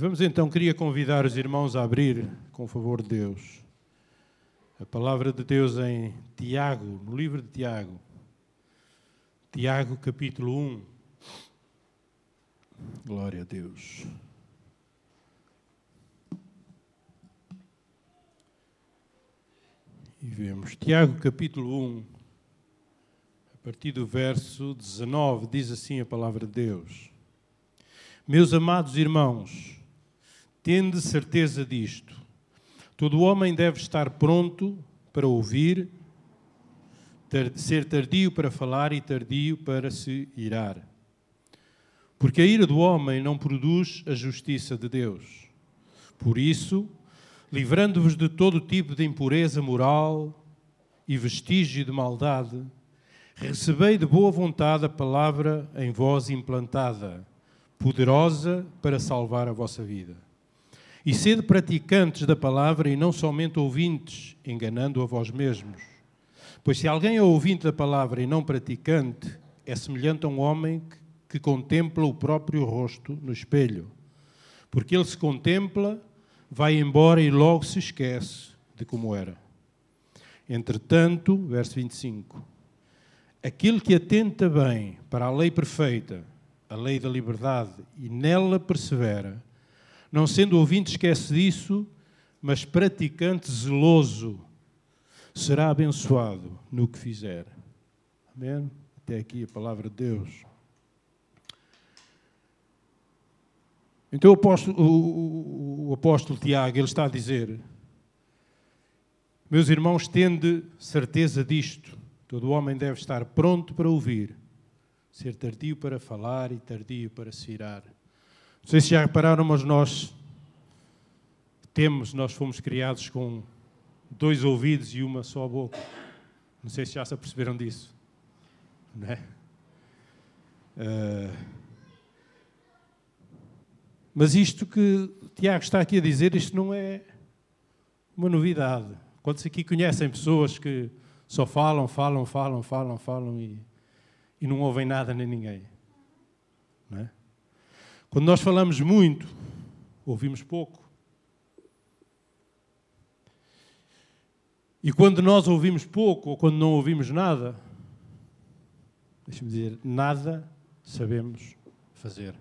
Vamos então, queria convidar os irmãos a abrir, com o favor de Deus, a palavra de Deus em Tiago, no livro de Tiago. Tiago, capítulo 1. Glória a Deus. E vemos, Tiago, capítulo 1, a partir do verso 19, diz assim a palavra de Deus. Meus amados irmãos, tende certeza disto. Todo homem deve estar pronto para ouvir, ser tardio para falar e tardio para se irar. Porque a ira do homem não produz a justiça de Deus. Por isso, livrando-vos de todo tipo de impureza moral e vestígio de maldade, recebei de boa vontade a palavra em vós implantada, poderosa para salvar a vossa vida. E sede praticantes da palavra e não somente ouvintes, enganando a vós mesmos. Pois se alguém é ouvinte da palavra e não praticante, é semelhante a um homem que contempla o próprio rosto no espelho. Porque ele se contempla, vai embora e logo se esquece de como era. Entretanto, verso 25, aquele que atenta bem para a lei perfeita, a lei da liberdade, e nela persevera, não sendo ouvinte esquecidiço, mas praticante zeloso, será abençoado no que fizer. Amém? Até aqui a palavra de Deus. Então o apóstolo Tiago, ele está a dizer, meus irmãos, tende certeza disto, todo homem deve estar pronto para ouvir, ser tardio para falar e tardio para se irar. Não sei se já repararam, mas nós fomos criados com 2 ouvidos e uma só boca. Não sei se já se aperceberam disso. Não é? Mas isto que Tiago está aqui a dizer, isto não é uma novidade. Quantos aqui conhecem pessoas que só falam e não ouvem nada nem ninguém? Não é? Quando nós falamos muito, ouvimos pouco. E quando nós ouvimos pouco ou quando não ouvimos nada, deixa-me dizer, nada sabemos fazer.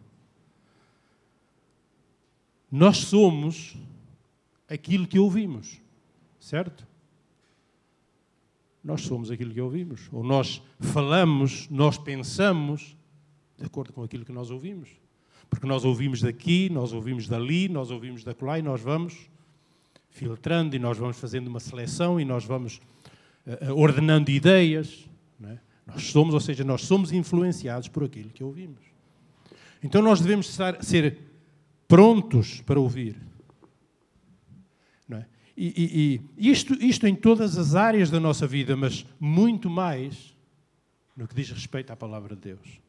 Nós somos aquilo que ouvimos, certo? Nós somos aquilo que ouvimos. Ou nós falamos, nós pensamos de acordo com aquilo que nós ouvimos. Porque nós ouvimos daqui, nós ouvimos dali, nós ouvimos dacolá e nós vamos filtrando e nós vamos fazendo uma seleção e nós vamos ordenando ideias. Não é? Nós somos, ou seja, nós somos influenciados por aquilo que ouvimos. Então nós devemos ser prontos para ouvir. Não é? E isto em todas as áreas da nossa vida, mas muito mais no que diz respeito à palavra de Deus.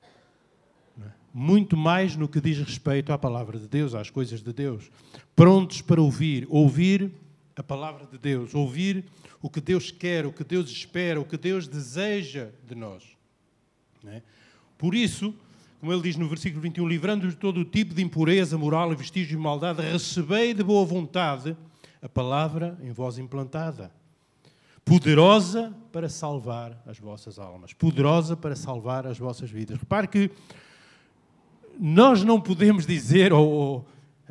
Muito mais no que diz respeito à palavra de Deus, às coisas de Deus. Prontos para ouvir a palavra de Deus, ouvir o que Deus quer, o que Deus espera, o que Deus deseja de nós. Não é? Por isso, como ele diz no versículo 21, livrando-vos de todo o tipo de impureza moral e vestígio de maldade, recebei de boa vontade a palavra em vós implantada, poderosa para salvar as vossas almas, poderosa para salvar as vossas vidas. Repare que nós não podemos dizer ou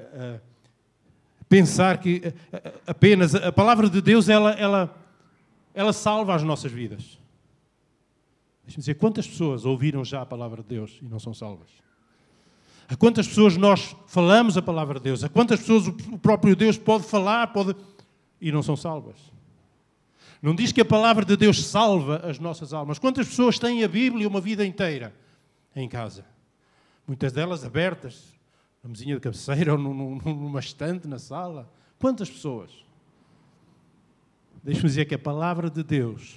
pensar que apenas a palavra de Deus ela salva as nossas vidas. Deixa-me dizer, quantas pessoas ouviram já a palavra de Deus e não são salvas? A quantas pessoas nós falamos a palavra de Deus? A quantas pessoas o próprio Deus pode falar e não são salvas? Não diz que a palavra de Deus salva as nossas almas. Quantas pessoas têm a Bíblia uma vida inteira em casa? Muitas delas abertas, na mesinha de cabeceira ou numa estante na sala. Quantas pessoas? Deixe-me dizer que a palavra de Deus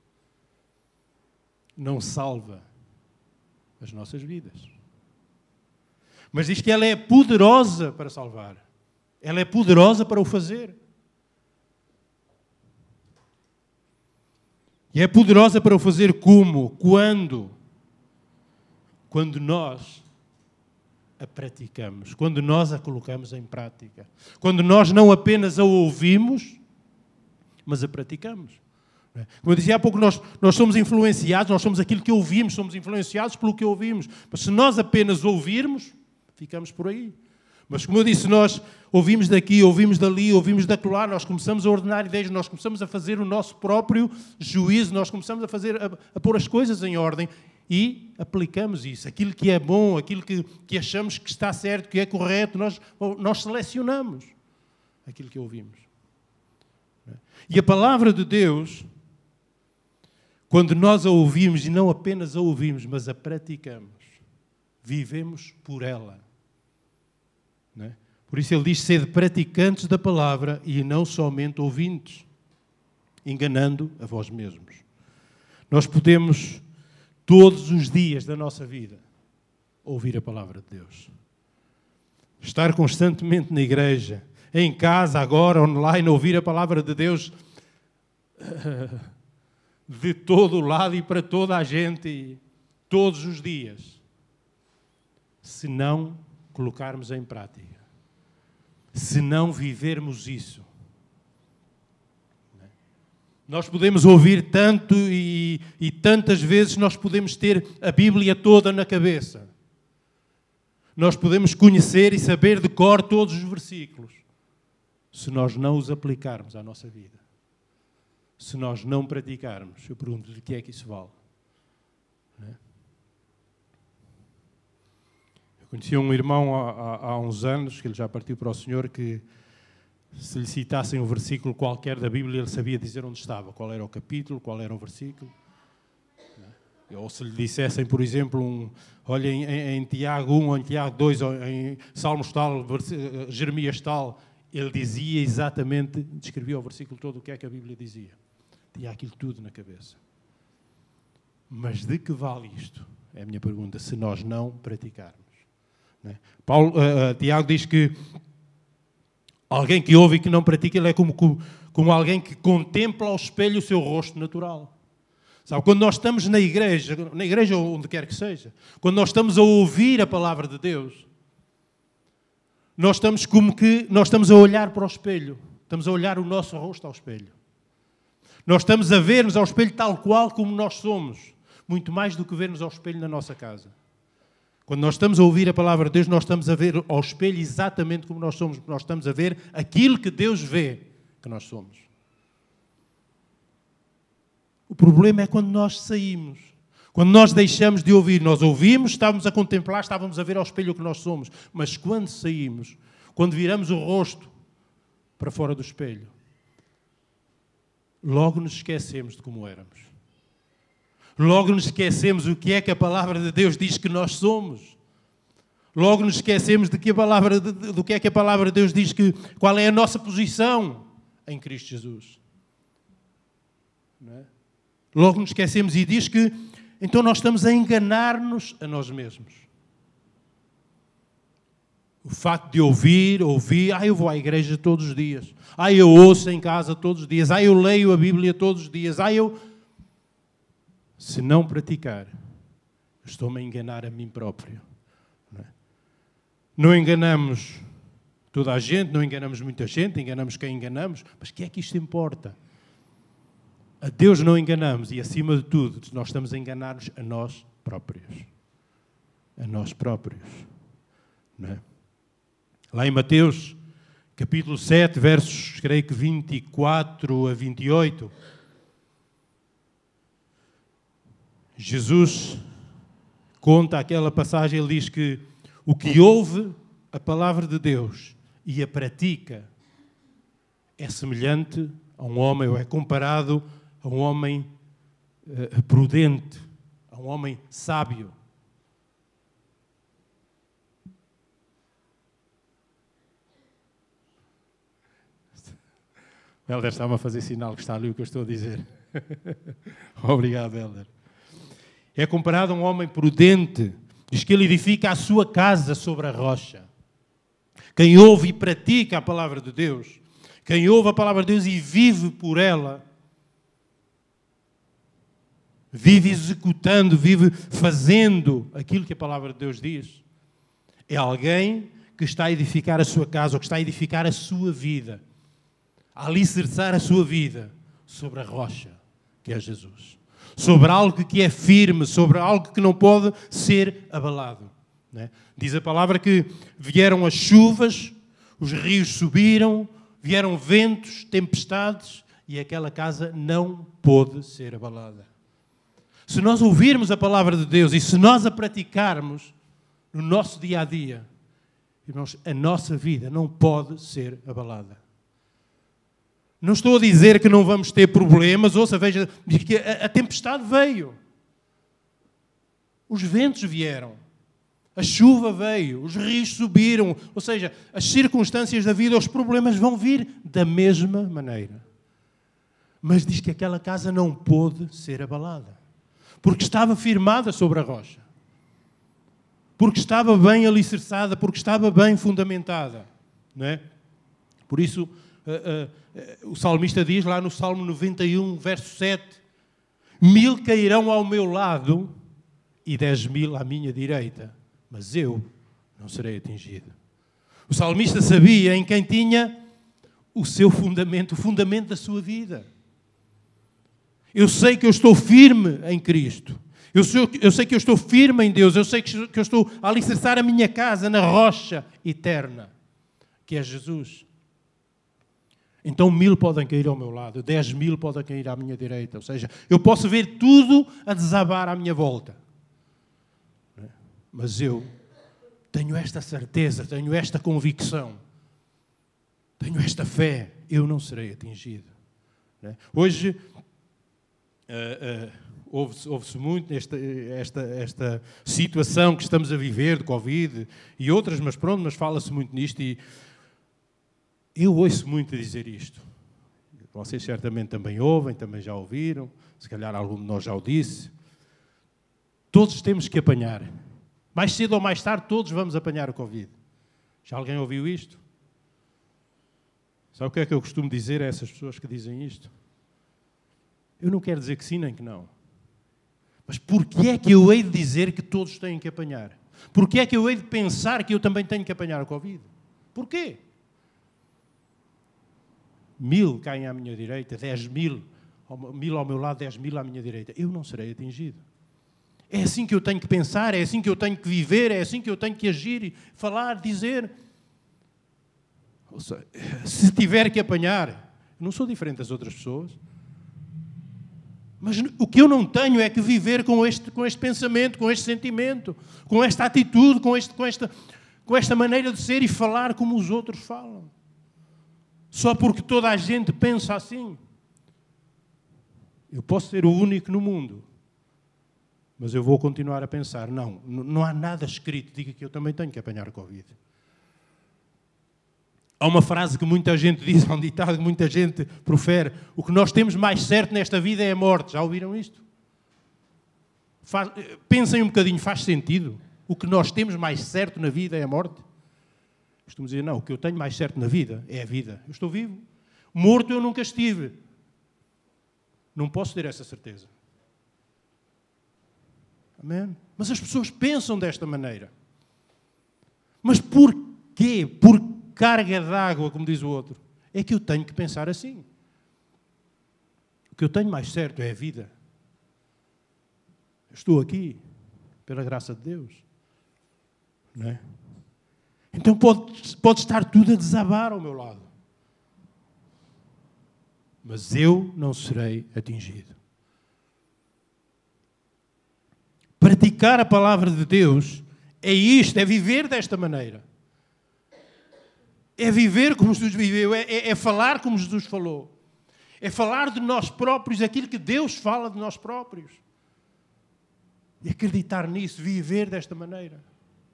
não salva as nossas vidas. Mas diz que ela é poderosa para salvar. Ela é poderosa para o fazer. E é poderosa para o fazer como? Quando nós a praticamos, quando nós a colocamos em prática, quando nós não apenas a ouvimos, mas a praticamos. Como eu dizia há pouco, nós somos influenciados, nós somos aquilo que ouvimos, somos influenciados pelo que ouvimos. Mas se nós apenas ouvirmos, ficamos por aí. Mas como eu disse, nós ouvimos daqui, ouvimos dali, ouvimos daquilo, nós começamos a ordenar ideias, nós começamos a fazer o nosso próprio juízo, nós começamos a pôr as coisas em ordem e aplicamos isso. Aquilo que é bom, aquilo que achamos que está certo, que é correto, nós selecionamos aquilo que ouvimos. E a palavra de Deus, quando nós a ouvimos, e não apenas a ouvimos, mas a praticamos, vivemos por ela. Não é? Por isso ele diz, sede praticantes da palavra e não somente ouvintes, enganando a vós mesmos. Nós podemos, todos os dias da nossa vida, ouvir a palavra de Deus. Estar constantemente na igreja, em casa, agora, online, ouvir a palavra de Deus de todo o lado e para toda a gente, todos os dias. Se não colocarmos em prática, se não vivermos isso. Nós podemos ouvir tanto e tantas vezes nós podemos ter a Bíblia toda na cabeça. Nós podemos conhecer e saber de cor todos os versículos. Se nós não os aplicarmos à nossa vida, se nós não praticarmos, eu pergunto-lhe o que é que isso vale. Eu conheci um irmão há uns anos, que ele já partiu para o Senhor, que se lhe citassem um versículo qualquer da Bíblia, ele sabia dizer onde estava, qual era o capítulo, qual era o versículo. Ou se lhe dissessem, por exemplo, olha em Tiago 1, ou em Tiago 2, ou em Salmos tal, Jeremias tal, ele dizia exatamente, descrevia o versículo todo, o que é que a Bíblia dizia. Tinha aquilo tudo na cabeça. Mas de que vale isto? É a minha pergunta, se nós não praticarmos. Não é? Tiago diz que alguém que ouve e que não pratica, ele é como alguém que contempla ao espelho o seu rosto natural. Sabe, quando nós estamos na igreja ou onde quer que seja, quando nós estamos a ouvir a palavra de Deus, nós estamos a olhar para o espelho, estamos a olhar o nosso rosto ao espelho. Nós estamos a ver-nos ao espelho tal qual como nós somos, muito mais do que ver-nos ao espelho na nossa casa. Quando nós estamos a ouvir a palavra de Deus, nós estamos a ver ao espelho exatamente como nós somos, nós estamos a ver aquilo que Deus vê que nós somos. O problema é quando nós saímos, quando nós deixamos de ouvir. Nós ouvimos, estávamos a contemplar, estávamos a ver ao espelho o que nós somos, mas quando saímos, quando viramos o rosto para fora do espelho, logo nos esquecemos de como éramos. Logo nos esquecemos o que é que a palavra de Deus diz que nós somos. Logo nos esquecemos do que é que a palavra de Deus diz qual é a nossa posição em Cristo Jesus. Não é? Logo nos esquecemos e diz que então nós estamos a enganar-nos a nós mesmos. O facto de ouvir, eu vou à igreja todos os dias, eu ouço em casa todos os dias, eu leio a Bíblia todos os dias, Se não praticar, estou-me a enganar a mim próprio. Não enganamos toda a gente, não enganamos muita gente, enganamos quem enganamos, mas que é que isto importa? A Deus não enganamos e, acima de tudo, nós estamos a enganar-nos a nós próprios. A nós próprios. Não é? Lá em Mateus, capítulo 7, versos, creio que 24 a 28, Jesus conta aquela passagem, ele diz que o que ouve a palavra de Deus e a pratica é semelhante a um homem, ou é comparado a um homem prudente, a um homem sábio. O Helder está-me a fazer sinal que está ali o que eu estou a dizer. Obrigado, Helder. É comparado a um homem prudente. Diz que ele edifica a sua casa sobre a rocha. Quem ouve e pratica a palavra de Deus, quem ouve a palavra de Deus e vive por ela, vive executando, vive fazendo aquilo que a palavra de Deus diz, É alguém que está a edificar a sua casa, ou que está a edificar a sua vida, a alicerçar a sua vida sobre a rocha, que é Jesus. Sobre algo que é firme, sobre algo que não pode ser abalado. Não é? Diz a palavra que vieram as chuvas, os rios subiram, vieram ventos, tempestades, e aquela casa não pôde ser abalada. Se nós ouvirmos a palavra de Deus e se nós a praticarmos no nosso dia-a-dia, irmãos, a nossa vida não pode ser abalada. Não estou a dizer que não vamos ter problemas, ouça, veja, que a tempestade veio. Os ventos vieram. A chuva veio, os rios subiram. Ou seja, as circunstâncias da vida, os problemas vão vir da mesma maneira. Mas diz que aquela casa não pôde ser abalada. Porque estava firmada sobre a rocha. Porque estava bem alicerçada, porque estava bem fundamentada. Não é? Por isso, o salmista diz lá no Salmo 91, verso 7, 1000 cairão ao meu lado e 10.000 à minha direita, mas eu não serei atingido. O salmista sabia em quem tinha o seu fundamento, o fundamento da sua vida. Eu sei que eu estou firme em Cristo. Eu sei que eu estou firme em Deus. Eu sei que eu estou a alicerçar a minha casa na rocha eterna, que é Jesus. Então 1000 podem cair ao meu lado, 10.000 podem cair à minha direita. Ou seja, eu posso ver tudo a desabar à minha volta. Mas eu tenho esta certeza, tenho esta convicção, tenho esta fé, eu não serei atingido. Hoje, ouve-se muito esta situação que estamos a viver de Covid e outras, mas pronto, mas fala-se muito nisto e eu ouço muito dizer isto. Vocês certamente também ouvem, também já ouviram, se calhar algum de nós já o disse. Todos temos que apanhar. Mais cedo ou mais tarde, todos vamos apanhar o Covid. Já alguém ouviu isto? Sabe o que é que eu costumo dizer a essas pessoas que dizem isto? Eu não quero dizer que sim nem que não. Mas porquê é que eu hei de dizer que todos têm que apanhar? Porquê é que eu hei de pensar que eu também tenho que apanhar o Covid? Porquê? 1000 caem à minha direita, 10.000, 1000 ao meu lado, 10.000 à minha direita. Eu não serei atingido. É assim que eu tenho que pensar, é assim que eu tenho que viver, é assim que eu tenho que agir, falar, dizer. Ou seja, se tiver que apanhar, não sou diferente das outras pessoas. Mas o que eu não tenho é que viver com este pensamento, com este sentimento, com esta atitude, com esta maneira de ser e falar como os outros falam. Só porque toda a gente pensa assim. Eu posso ser o único no mundo, mas eu vou continuar a pensar. Não há nada escrito que diga que eu também tenho que apanhar o Covid. Há uma frase que muita gente diz, há um ditado que muita gente profere. O que nós temos mais certo nesta vida é a morte. Já ouviram isto? Pensem um bocadinho, faz sentido? O que nós temos mais certo na vida é a morte? Costumo dizer, não, o que eu tenho mais certo na vida é a vida. Eu estou vivo. Morto eu nunca estive. Não posso ter essa certeza. Amém? Mas as pessoas pensam desta maneira. Mas porquê? Por carga d'água, como diz o outro. É que eu tenho que pensar assim. O que eu tenho mais certo é a vida. Eu estou aqui pela graça de Deus. Não é? Então pode estar tudo a desabar ao meu lado. Mas eu não serei atingido. Praticar a palavra de Deus é isto, é viver desta maneira. É viver como Jesus viveu, é falar como Jesus falou. É falar de nós próprios aquilo que Deus fala de nós próprios. E acreditar nisso, viver desta maneira.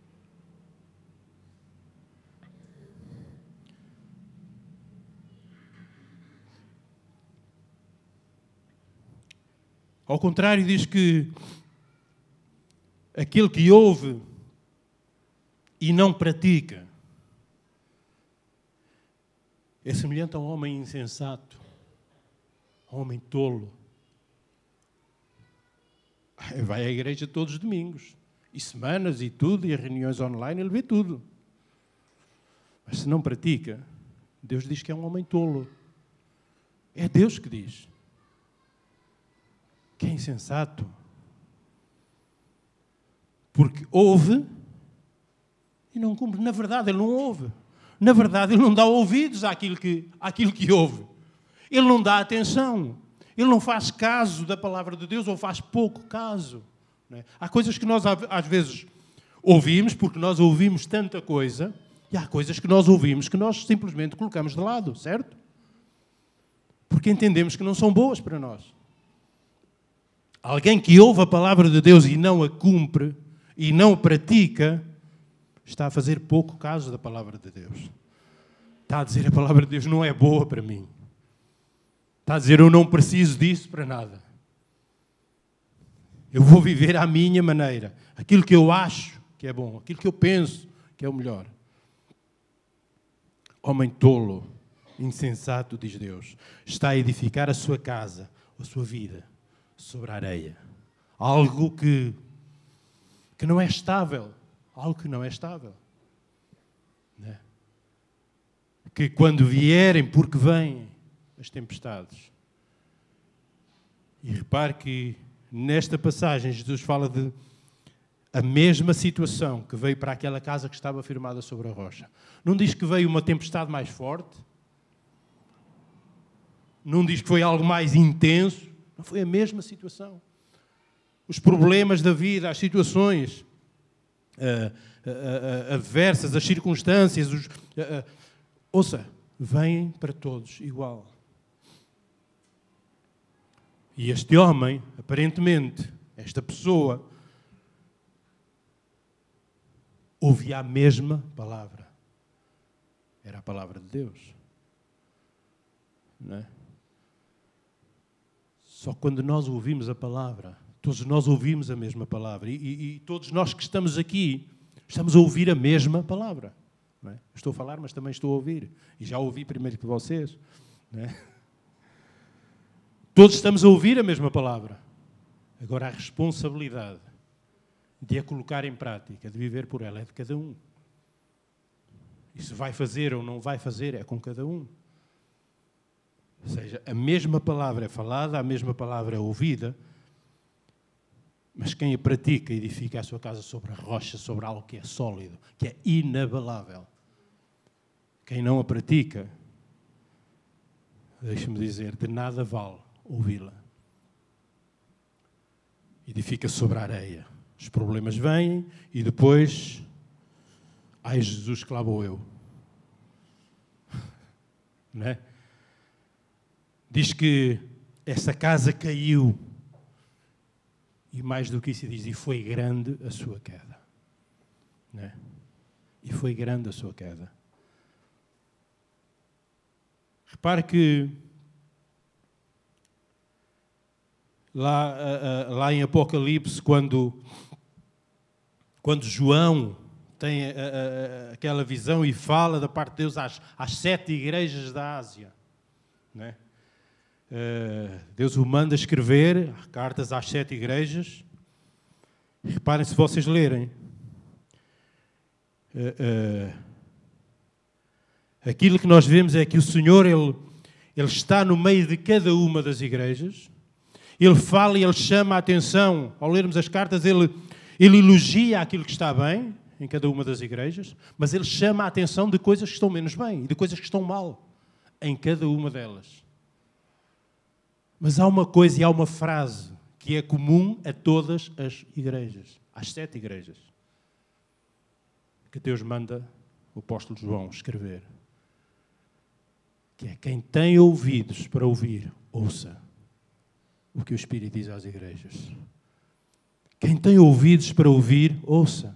Ao contrário, diz que aquele que ouve e não pratica é semelhante a um homem insensato, a um homem tolo. Vai à igreja todos os domingos e semanas e tudo, e as reuniões online, ele vê tudo. Mas se não pratica, Deus diz que é um homem tolo. É Deus que diz. Que é insensato. Porque ouve e não cumpre. Na verdade, ele não ouve. Na verdade, ele não dá ouvidos àquilo que ouve. Ele não dá atenção. Ele não faz caso da palavra de Deus ou faz pouco caso. Não é? Há coisas que nós, às vezes, ouvimos, porque nós ouvimos tanta coisa, e há coisas que nós ouvimos que nós simplesmente colocamos de lado, certo? Porque entendemos que não são boas para nós. Alguém que ouve a palavra de Deus e não a cumpre, e não a pratica, está a fazer pouco caso da palavra de Deus. Está a dizer, a palavra de Deus não é boa para mim. Está a dizer, eu não preciso disso para nada. Eu vou viver à minha maneira. Aquilo que eu acho que é bom, aquilo que eu penso que é o melhor. Homem tolo, insensato, diz Deus, está a edificar a sua casa, a sua vida, sobre a areia. Algo que não é estável. Algo que não é estável. Né? Que quando vierem, porque vêm as tempestades. E repare que nesta passagem Jesus fala de a mesma situação que veio para aquela casa que estava firmada sobre a rocha. Não diz que veio uma tempestade mais forte. Não diz que foi algo mais intenso. Não, foi a mesma situação. Os problemas da vida, as situações adversas, as circunstâncias, ouça, vêm para todos igual. E este homem, aparentemente, esta pessoa, ouvia a mesma palavra. Era a palavra de Deus. Não é? Só quando nós ouvimos a palavra, todos nós ouvimos a mesma palavra. E todos nós que estamos aqui, estamos a ouvir a mesma palavra. Não é? Estou a falar, mas também estou a ouvir. E já ouvi primeiro que vocês. Não é? Todos estamos a ouvir a mesma palavra. Agora, a responsabilidade de a colocar em prática, de viver por ela, é de cada um. E se vai fazer ou não vai fazer, é com cada um. Ou seja, a mesma palavra é falada, a mesma palavra é ouvida, mas quem a pratica edifica a sua casa sobre a rocha, sobre algo que é sólido, que é inabalável. Quem não a pratica, deixa-me dizer, de nada vale ouvi-la. Edifica sobre a areia. Os problemas vêm e depois, ai Jesus, que lá vou eu. Não é? Diz que essa casa caiu. E mais do que isso diz, e foi grande a sua queda. Não é? E foi grande a sua queda. Repare que lá em Apocalipse, quando João tem aquela visão e fala da parte de Deus às 7 igrejas da Ásia, não é? Deus o manda escrever cartas às 7 igrejas. Reparem, se vocês lerem, aquilo que nós vemos é que o Senhor, Ele está no meio de cada uma das igrejas. Ele fala e Ele chama a atenção. Ao lermos as cartas, Ele elogia aquilo que está bem em cada uma das igrejas, mas Ele chama a atenção de coisas que estão menos bem e de coisas que estão mal em cada uma delas. Mas há uma coisa e há uma frase que é comum a todas as igrejas, às 7 igrejas, que Deus manda o apóstolo João escrever, que é: quem tem ouvidos para ouvir, ouça o que o Espírito diz às igrejas. Quem tem ouvidos para ouvir, ouça.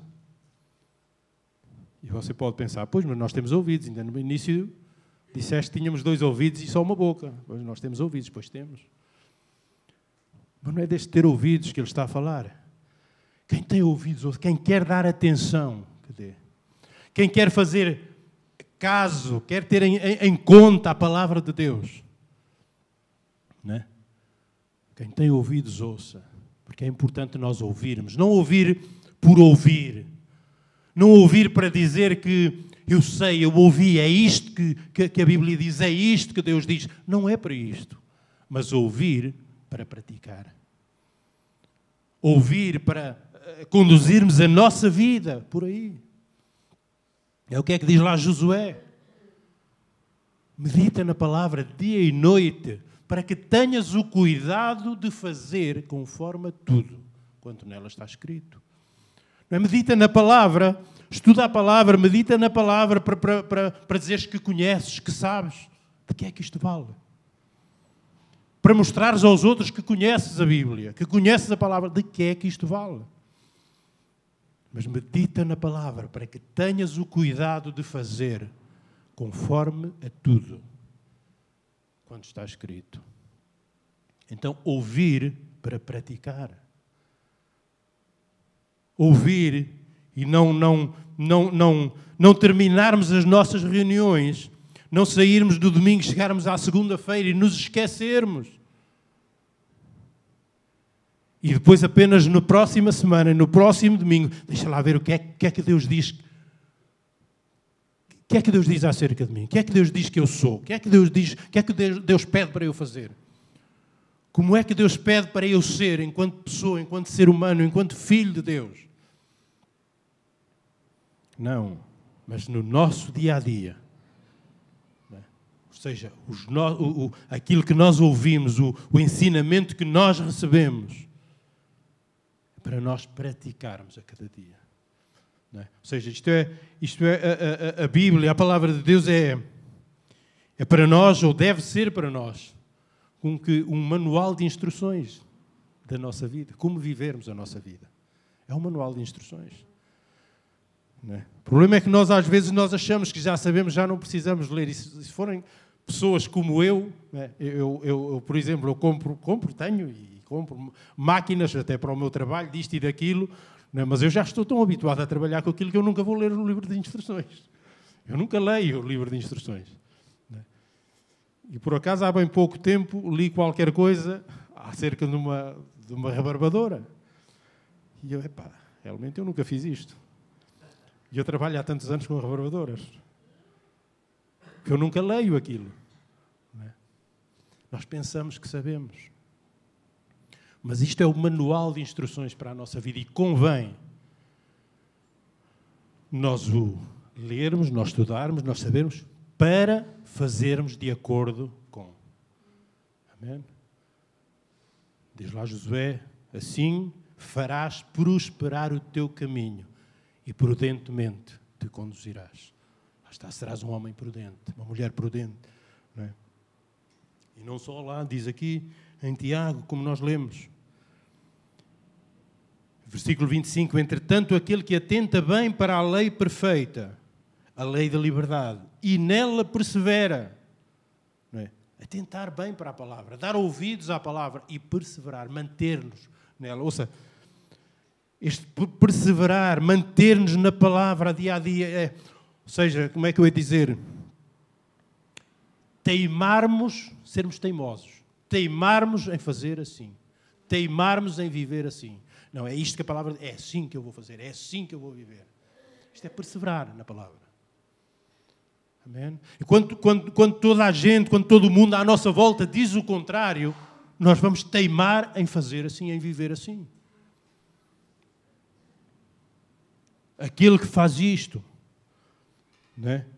E você pode pensar, pois, mas nós temos ouvidos. Ainda no início disseste que tínhamos 2 ouvidos e só uma boca. Pois nós temos ouvidos, pois temos. Mas não é deste ter ouvidos que ele está a falar. Quem tem ouvidos, ouve. Quem quer dar atenção, quem quer fazer caso, quer ter em conta a palavra de Deus. Não é? Quem tem ouvidos, ouça. Porque é importante nós ouvirmos. Não ouvir por ouvir. Não ouvir para dizer que eu sei, eu ouvi, é isto que a Bíblia diz, é isto que Deus diz. Não é para isto. Mas ouvir para praticar. Ouvir para conduzirmos a nossa vida por aí. É o que é que diz lá Josué. Medita na palavra dia e noite, para que tenhas o cuidado de fazer conforme a tudo quanto nela está escrito. Não é? Medita na palavra, estuda a palavra, medita na palavra para dizeres que conheces, que sabes. De que é que isto vale? Para mostrares aos outros que conheces a Bíblia, que conheces a palavra. De que é que isto vale? Mas medita na palavra para que tenhas o cuidado de fazer conforme a tudo quando está escrito. Então, ouvir para praticar. Ouvir e não terminarmos as nossas reuniões, não sairmos do domingo, chegarmos à segunda-feira e nos esquecermos. E depois apenas na próxima semana, no próximo domingo, deixa lá ver o que é que Deus diz. O que é que Deus diz acerca de mim? O que é que Deus diz que eu sou? O que é que Deus diz? O que é que Deus pede para eu fazer? Como é que Deus pede para eu ser, enquanto pessoa, enquanto ser humano, enquanto filho de Deus? Não, mas no nosso dia-a-dia. Ou seja, aquilo que nós ouvimos, o ensinamento que nós recebemos, para nós praticarmos a cada dia. Não é? Ou seja, isto é a Bíblia, a palavra de Deus é para nós, ou deve ser para nós, um manual de instruções da nossa vida, como vivermos a nossa vida. É um manual de instruções. Não é? O problema é que às vezes nós achamos que já sabemos, já não precisamos ler. E se forem pessoas como eu, né? eu, por exemplo, eu tenho máquinas até para o meu trabalho, disto e daquilo, né? Mas eu já estou tão habituado a trabalhar com aquilo que eu nunca vou ler o livro de instruções. Eu nunca leio o livro de instruções. Né? E por acaso, há bem pouco tempo, li qualquer coisa acerca de uma rebarbadora. E eu, realmente eu nunca fiz isto. E eu trabalho há tantos anos com rebarbadoras que eu nunca leio aquilo. Não é? Nós pensamos que sabemos. Mas isto é o manual de instruções para a nossa vida e convém nós o lermos, nós estudarmos, nós sabermos para fazermos de acordo com. Amém? Diz lá Josué, assim farás prosperar o teu caminho e prudentemente te conduzirás. Lá está, serás um homem prudente, uma mulher prudente. Não é? E não só lá, diz aqui em Tiago, como nós lemos. Versículo 25, entretanto, aquele que atenta bem para a lei perfeita, a lei da liberdade, e nela persevera. Não é? Atentar bem para a palavra, dar ouvidos à palavra e perseverar, manter-nos nela. Ouça, este perseverar, manter-nos na palavra dia a dia, ou seja, como é que eu ia dizer? Teimarmos, sermos teimosos. Teimarmos em fazer assim. Teimarmos em viver assim. Não, é isto que a palavra diz. É assim que eu vou fazer, é assim que eu vou viver. Isto é perseverar na palavra. Amém? E quando toda a gente, quando todo o mundo à nossa volta diz o contrário, nós vamos teimar em fazer assim, em viver assim. Aquele que faz isto, não é?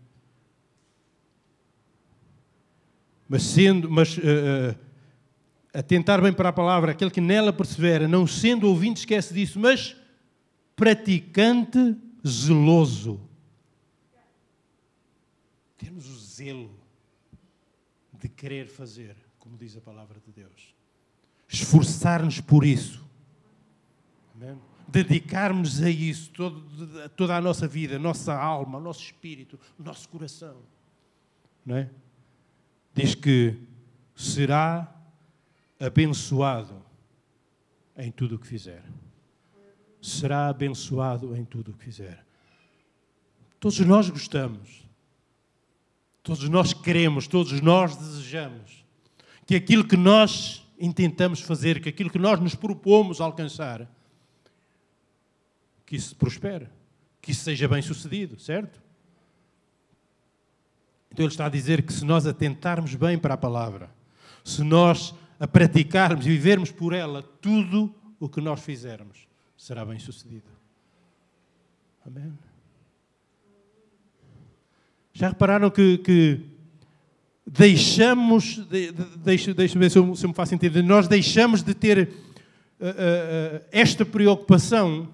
Mas atentar bem para a palavra, aquele que nela persevera, não sendo ouvinte, esquece disso, mas praticante zeloso. Temos o zelo de querer fazer, como diz a palavra de Deus. Esforçar-nos por isso. Amém? Dedicarmos a isso toda a nossa vida, a nossa alma, o nosso espírito, o nosso coração. Não é? Diz que será abençoado em tudo o que fizer. Será abençoado em tudo o que fizer. Todos nós gostamos. Todos nós queremos, todos nós desejamos que aquilo que nós intentamos fazer, que aquilo que nós nos propomos alcançar, que isso prospere, que isso seja bem sucedido, certo? Então ele está a dizer que se nós atentarmos bem para a palavra, se nós a praticarmos e vivermos por ela, tudo o que nós fizermos será bem sucedido. Amém? Já repararam que deixamos, deixa-me ver se eu me faço entender, nós deixamos de ter esta preocupação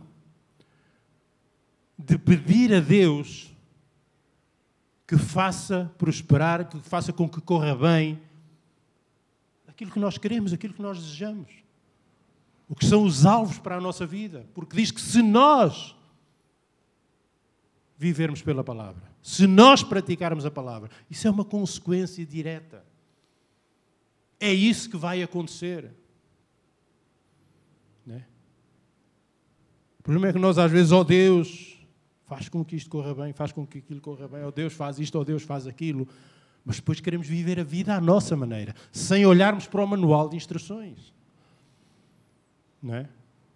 de pedir a Deus que faça prosperar, que faça com que corra bem aquilo que nós queremos, aquilo que nós desejamos. O que são os alvos para a nossa vida. Porque diz que se nós vivermos pela palavra, se nós praticarmos a palavra, isso é uma consequência direta. É isso que vai acontecer. Não é? O problema é que nós às vezes, Deus, faz com que isto corra bem, faz com que aquilo corra bem, Deus faz isto, Deus faz aquilo. Mas depois queremos viver a vida à nossa maneira, sem olharmos para o manual de instruções. Não é?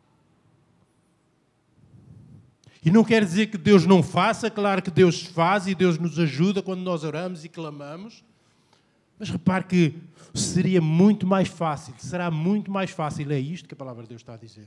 E não quer dizer que Deus não faça, claro que Deus faz e Deus nos ajuda quando nós oramos e clamamos. Mas repare que seria muito mais fácil, será muito mais fácil, é isto que a palavra de Deus está a dizer.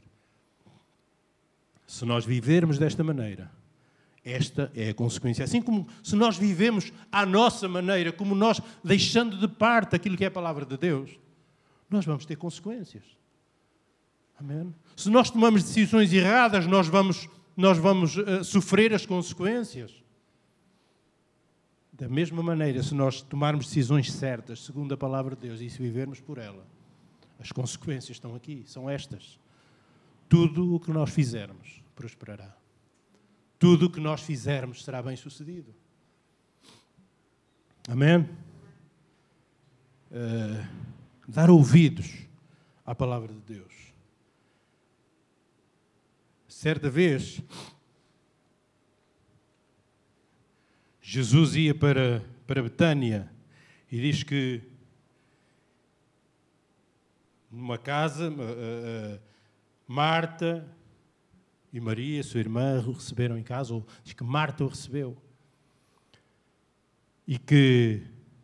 Se nós vivermos desta maneira, esta é a consequência. Assim como se nós vivemos à nossa maneira, como nós deixando de parte aquilo que é a palavra de Deus, nós vamos ter consequências. Amém? Se nós tomamos decisões erradas, nós vamos sofrer as consequências. Da mesma maneira, se nós tomarmos decisões certas, segundo a palavra de Deus, e se vivermos por ela, as consequências estão aqui, são estas. Tudo o que nós fizermos prosperará. Tudo o que nós fizermos será bem sucedido. Amém? Dar ouvidos à palavra de Deus. Certa vez, Jesus ia para Betânia e diz que numa casa, Marta e Maria, sua irmã, o receberam em casa, ou diz que Marta o recebeu. E que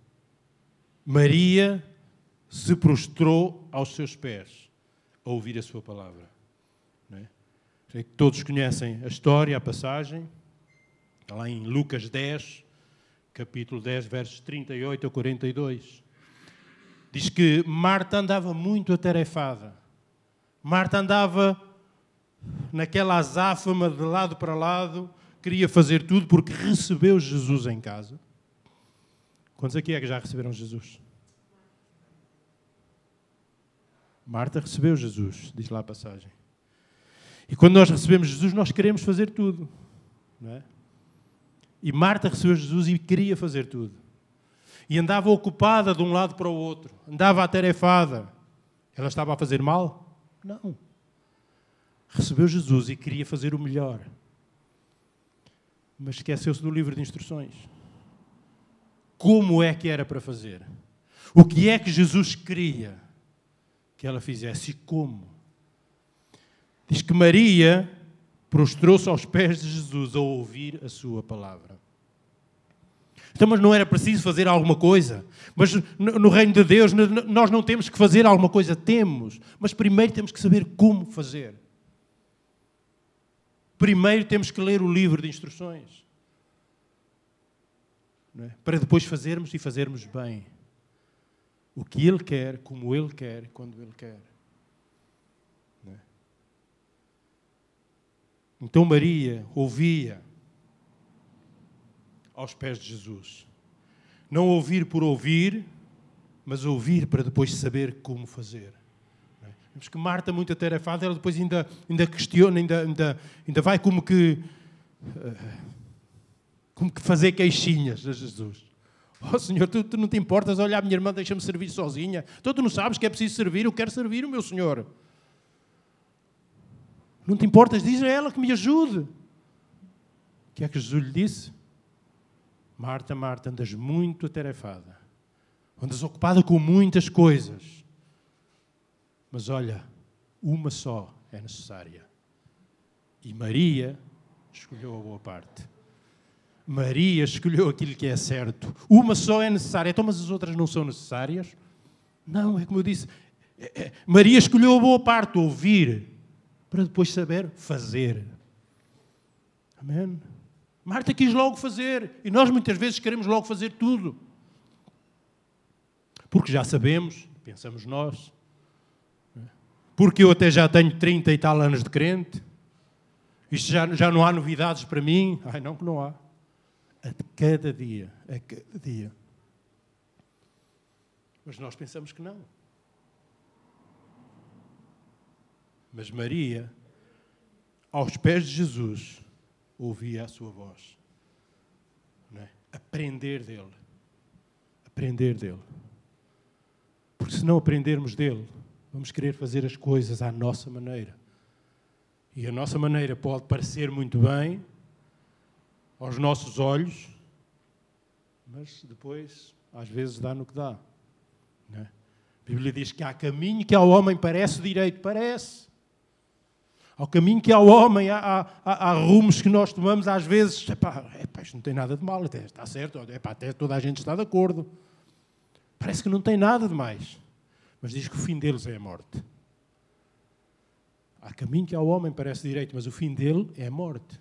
Maria se prostrou aos seus pés a ouvir a sua palavra. Não é? Sei que todos conhecem a história, a passagem, está lá em Lucas 10, capítulo 10, versos 38 a 42. Diz que Marta andava muito atarefada. Marta andava naquela azáfama de lado para lado, queria fazer tudo porque recebeu Jesus em casa. Quantos aqui é que já receberam Jesus? Marta recebeu Jesus, diz lá a passagem. E quando nós recebemos Jesus, nós queremos fazer tudo. Não é? E Marta recebeu Jesus e queria fazer tudo. E andava ocupada de um lado para o outro. Andava atarefada. Ela estava a fazer mal? Não. Recebeu Jesus e queria fazer o melhor. Mas esqueceu-se do livro de instruções. Como é que era para fazer? O que é que Jesus queria que ela fizesse e como? Diz que Maria prostrou-se aos pés de Jesus a ouvir a sua palavra. Então, mas não era preciso fazer alguma coisa? Mas no reino de Deus nós não temos que fazer alguma coisa? Temos. Mas primeiro temos que saber como fazer. Primeiro temos que ler o livro de instruções. Não é? Para depois fazermos e fazermos bem. O que Ele quer, como Ele quer, quando Ele quer. Não é? Então Maria ouvia aos pés de Jesus. Não ouvir por ouvir, mas ouvir para depois saber como fazer. Vemos que Marta, muito atarefada, ela depois ainda questiona, ainda vai como que fazer queixinhas a Jesus. Oh Senhor, tu não te importas, olha, a minha irmã deixa-me servir sozinha. Então tu não sabes que é preciso servir, eu quero servir o meu Senhor. Não te importas, diz a ela que me ajude. O que é que Jesus lhe disse? Marta, Marta, andas muito atarefada. Andas ocupada com muitas coisas. Mas olha, uma só é necessária. E Maria escolheu a boa parte. Maria escolheu aquilo que é certo. Uma só é necessária. Então, mas as outras não são necessárias? Não, é como eu disse. Maria escolheu a boa parte, ouvir, para depois saber fazer. Amém? Marta quis logo fazer. E nós muitas vezes queremos logo fazer tudo. Porque já sabemos, pensamos nós. Porque eu até já tenho 30 e tal anos de crente. Isto já não há novidades para mim. Ai, não que não há. A cada dia, a cada dia. Mas nós pensamos que não. Mas Maria, aos pés de Jesus, ouvia a sua voz. Não é? Aprender dele. Aprender dele. Porque se não aprendermos dele, vamos querer fazer as coisas à nossa maneira. E a nossa maneira pode parecer muito bem aos nossos olhos, mas depois, às vezes, dá no que dá. Não é? A Bíblia diz que há caminho que ao homem parece direito. Parece. Ao caminho que ao homem, há rumos que nós tomamos, às vezes, isto não tem nada de mal, até está certo, até toda a gente está de acordo. Parece que não tem nada de mais. Mas diz que o fim deles é a morte. Há caminho que ao homem parece direito, mas o fim dele é a morte.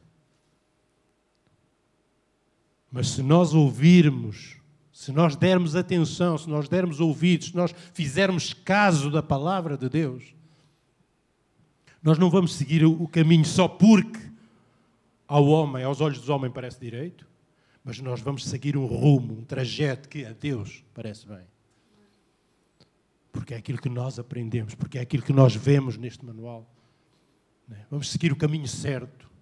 Mas se nós ouvirmos, se nós dermos atenção, se nós dermos ouvidos, se nós fizermos caso da palavra de Deus, nós não vamos seguir o caminho só porque ao homem, aos olhos do homem parece direito, mas nós vamos seguir um rumo, um trajeto que a Deus parece bem. Porque é aquilo que nós aprendemos, porque é aquilo que nós vemos neste manual. Vamos seguir o caminho certo.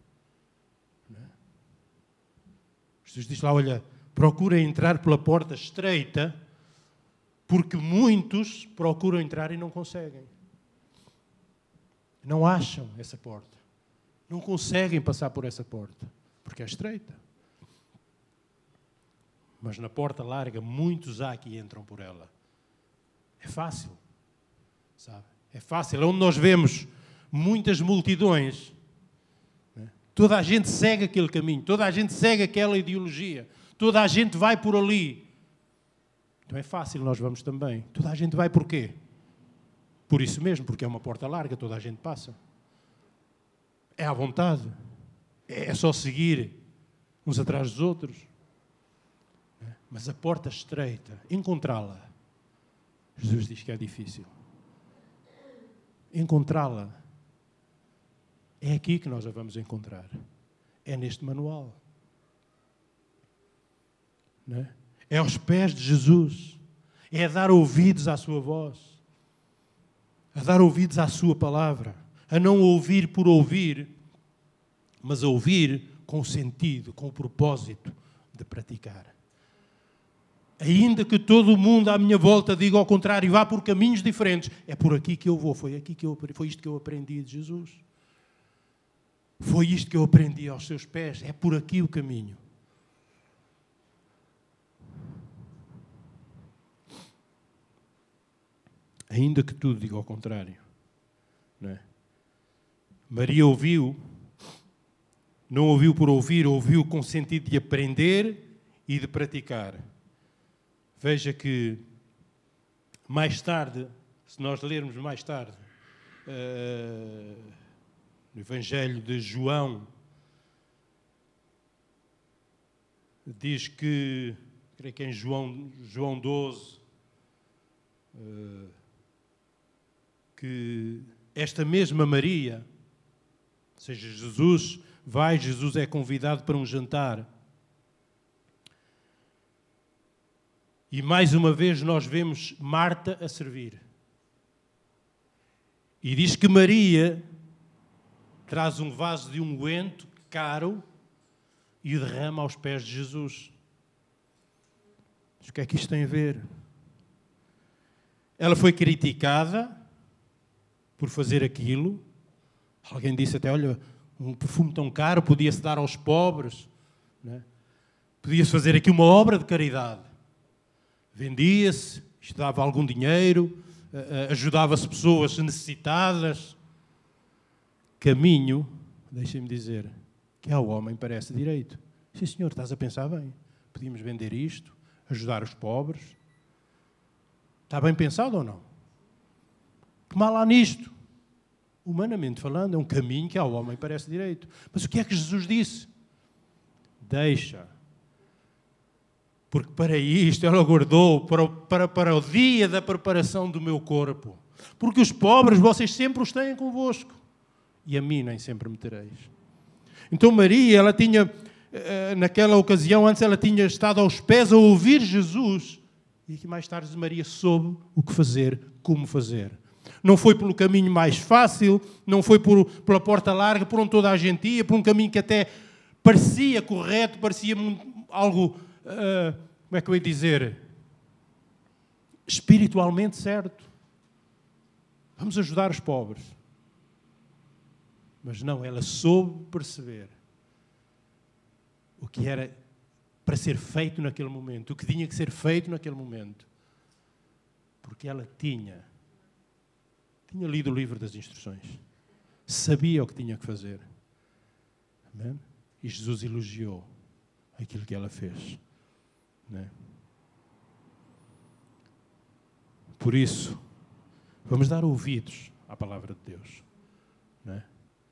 Jesus diz lá, olha, procura entrar pela porta estreita, porque muitos procuram entrar e não conseguem. Não acham essa porta. Não conseguem passar por essa porta, porque é estreita. Mas na porta larga, muitos há que entram por ela. É fácil, sabe? É fácil. É onde nós vemos muitas multidões. Né? Toda a gente segue aquele caminho. Toda a gente segue aquela ideologia. Toda a gente vai por ali. Então é fácil, nós vamos também. Toda a gente vai por quê? Por isso mesmo, porque é uma porta larga, toda a gente passa. É à vontade. É só seguir uns atrás dos outros. Mas a porta estreita, encontrá-la, Jesus diz que é difícil. Encontrá-la. É aqui que nós a vamos encontrar. É neste manual. Não é? É aos pés de Jesus. É dar ouvidos à sua voz. A dar ouvidos à sua palavra. A não ouvir por ouvir, mas a ouvir com sentido, com o propósito de praticar. Ainda que todo o mundo à minha volta diga ao contrário e vá por caminhos diferentes, é por aqui que eu vou. Foi isto que eu aprendi de Jesus. Foi isto que eu aprendi aos seus pés. É por aqui o caminho. Ainda que tudo diga ao contrário. Não é? Maria ouviu, não ouviu por ouvir, ouviu com sentido de aprender e de praticar. Veja que mais tarde, se nós lermos mais tarde, no Evangelho de João, diz que, creio que em João 12, que esta mesma Maria, ou seja, Jesus é convidado para um jantar. E mais uma vez nós vemos Marta a servir. E diz que Maria traz um vaso de unguento caro e o derrama aos pés de Jesus. Mas o que é que isto tem a ver? Ela foi criticada por fazer aquilo. Alguém disse até, olha, um perfume tão caro podia-se dar aos pobres. Não é? Podia-se fazer aqui uma obra de caridade. Vendia-se, isto dava algum dinheiro, ajudava-se pessoas necessitadas. Caminho, deixem-me dizer que ao homem parece direito. Sim, senhor, estás a pensar bem. Podíamos vender isto, ajudar os pobres. Está bem pensado ou não? Que mal há nisto? Humanamente falando, é um caminho que ao homem parece direito. Mas o que é que Jesus disse? Deixa. Porque para isto Ele aguardou, para o dia da preparação do meu corpo. Porque os pobres vocês sempre os têm convosco. E a mim nem sempre me tereis. Então Maria, ela tinha, naquela ocasião, antes ela tinha estado aos pés a ouvir Jesus. E que mais tarde Maria soube o que fazer, como fazer. Não foi pelo caminho mais fácil, não foi pela porta larga, por onde toda a gente ia, por um caminho que até parecia correto, parecia algo, como é que eu ia dizer, espiritualmente certo. Vamos ajudar os pobres. Mas não, ela soube perceber o que era para ser feito naquele momento, o que tinha que ser feito naquele momento. Porque ela tinha lido o livro das instruções. Sabia o que tinha que fazer. Amém? E Jesus elogiou aquilo que ela fez. Né? Por isso, vamos dar ouvidos à palavra de Deus. Né?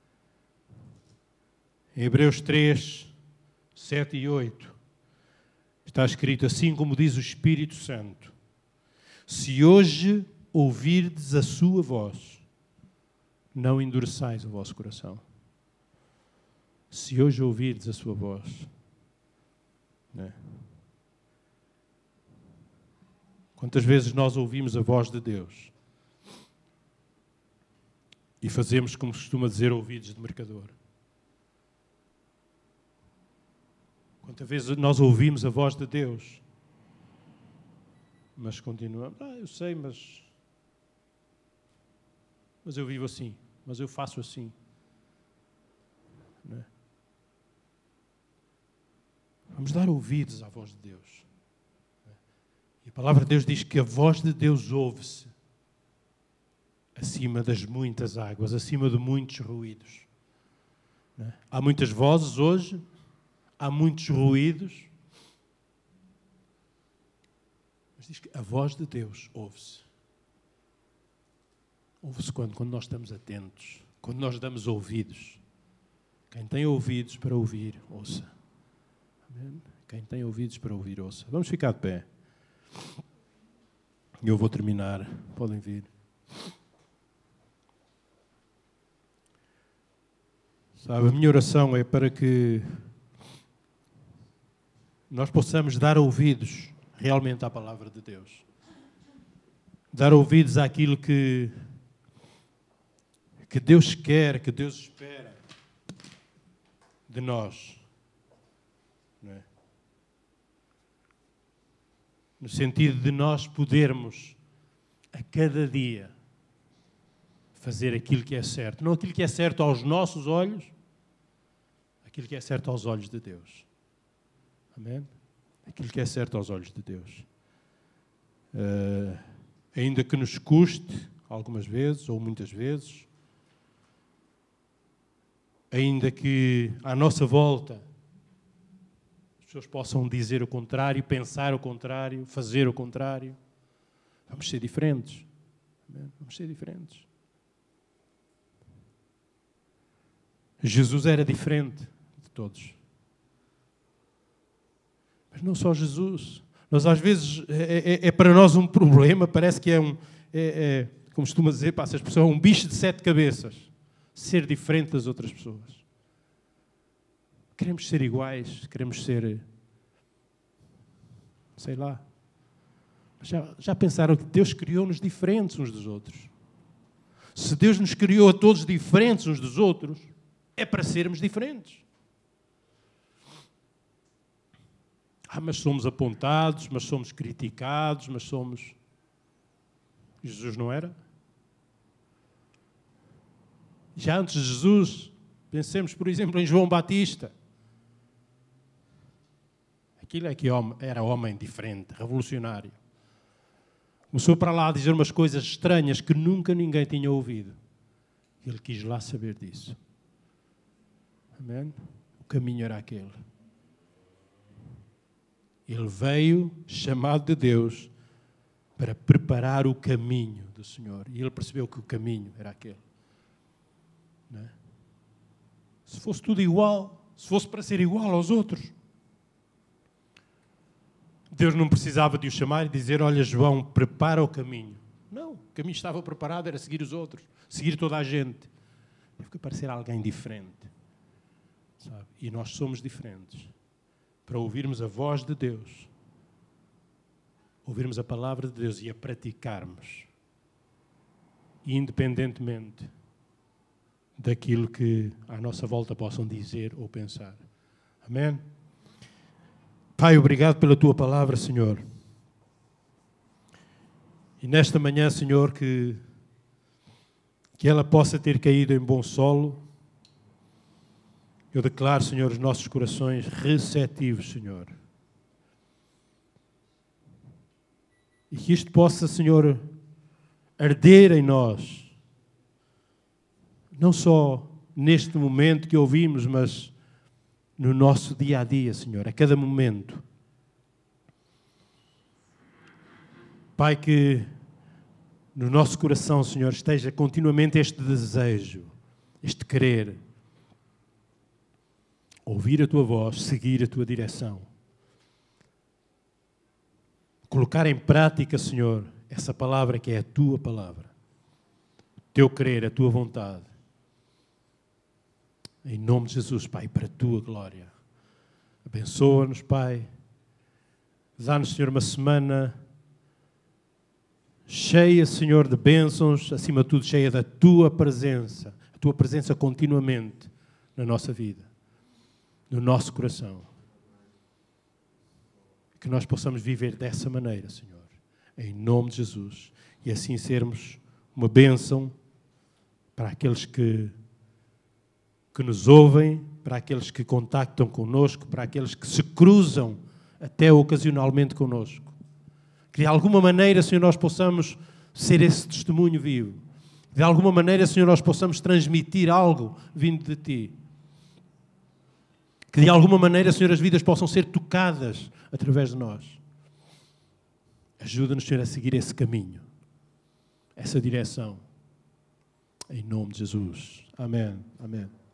Em Hebreus 3, 7 e 8, está escrito assim como diz o Espírito Santo: se hoje ouvirdes a sua voz, não endureçais o vosso coração. Se hoje ouvirdes a sua voz, né? Quantas vezes nós ouvimos a voz de Deus e fazemos, como se costuma dizer, ouvidos de mercador? Quantas vezes nós ouvimos a voz de Deus, mas continuamos, eu sei, mas eu vivo assim, mas eu faço assim. Não é? Vamos dar ouvidos à voz de Deus. E a palavra de Deus diz que a voz de Deus ouve-se acima das muitas águas, acima de muitos ruídos. Não é? Há muitas vozes hoje, há muitos ruídos, mas diz que a voz de Deus ouve-se. Ouve-se quando nós estamos atentos, quando nós damos ouvidos. Quem tem ouvidos para ouvir, ouça. Amém? Quem tem ouvidos para ouvir, ouça. Vamos ficar de pé. Eu vou terminar. Podem vir. Sabe, a minha oração é para que nós possamos dar ouvidos realmente à palavra de Deus. Dar ouvidos àquilo que Deus quer, que Deus espera de nós. Não é? No sentido de nós podermos, a cada dia, fazer aquilo que é certo. Não aquilo que é certo aos nossos olhos, aquilo que é certo aos olhos de Deus. Amém? Aquilo que é certo aos olhos de Deus. Ainda que nos custe, algumas vezes, ou muitas vezes, ainda que à nossa volta as pessoas possam dizer o contrário, pensar o contrário, fazer o contrário, vamos ser diferentes. Amém? Vamos ser diferentes. Jesus era diferente de todos. Mas não só Jesus. Nós às vezes, é para nós um problema, parece que como costuma dizer, passa a expressão, um bicho de 7 cabeças. Ser diferente das outras pessoas. Queremos ser iguais, queremos ser, sei lá. Já pensaram que Deus criou-nos diferentes uns dos outros? Se Deus nos criou a todos diferentes uns dos outros, é para sermos diferentes. Mas somos apontados, mas somos criticados, mas somos... Jesus não era? Já antes de Jesus, pensemos, por exemplo, em João Batista. Aquilo é que era homem diferente, revolucionário. Começou para lá a dizer umas coisas estranhas que nunca ninguém tinha ouvido. Ele quis lá saber disso. Amém? O caminho era aquele. Ele veio, chamado de Deus, para preparar o caminho do Senhor. E ele percebeu que o caminho era aquele. Não é? Se fosse tudo igual, se fosse para ser igual aos outros, Deus não precisava de o chamar e dizer: olha, João, prepara o caminho. Não, o caminho estava preparado, era seguir os outros, seguir toda a gente. Teve que aparecer alguém diferente. Sabe? E nós somos diferentes. Para ouvirmos a voz de Deus, ouvirmos a palavra de Deus e a praticarmos, independentemente daquilo que à nossa volta possam dizer ou pensar. Amém? Pai, obrigado pela Tua palavra, Senhor. E nesta manhã, Senhor, que ela possa ter caído em bom solo. Eu declaro, Senhor, os nossos corações receptivos, Senhor. E que isto possa, Senhor, arder em nós. Não só neste momento que ouvimos, mas no nosso dia a dia, Senhor, a cada momento. Pai, que no nosso coração, Senhor, esteja continuamente este desejo, este querer, ouvir a Tua voz, seguir a Tua direção. Colocar em prática, Senhor, essa palavra que é a Tua palavra. O Teu querer, a Tua vontade. Em nome de Jesus, Pai, para a Tua glória. Abençoa-nos, Pai. Dá-nos, Senhor, uma semana cheia, Senhor, de bênçãos, acima de tudo, cheia da Tua presença. A Tua presença continuamente na nossa vida, no nosso coração. Que nós possamos viver dessa maneira, Senhor, em nome de Jesus. E assim sermos uma bênção para aqueles que nos ouvem, para aqueles que contactam connosco, para aqueles que se cruzam até ocasionalmente connosco. Que de alguma maneira, Senhor, nós possamos ser esse testemunho vivo. De alguma maneira, Senhor, nós possamos transmitir algo vindo de Ti. Que de alguma maneira, Senhor, as vidas possam ser tocadas através de nós. Ajuda-nos, Senhor, a seguir esse caminho, essa direção. Em nome de Jesus. Amém. Amém.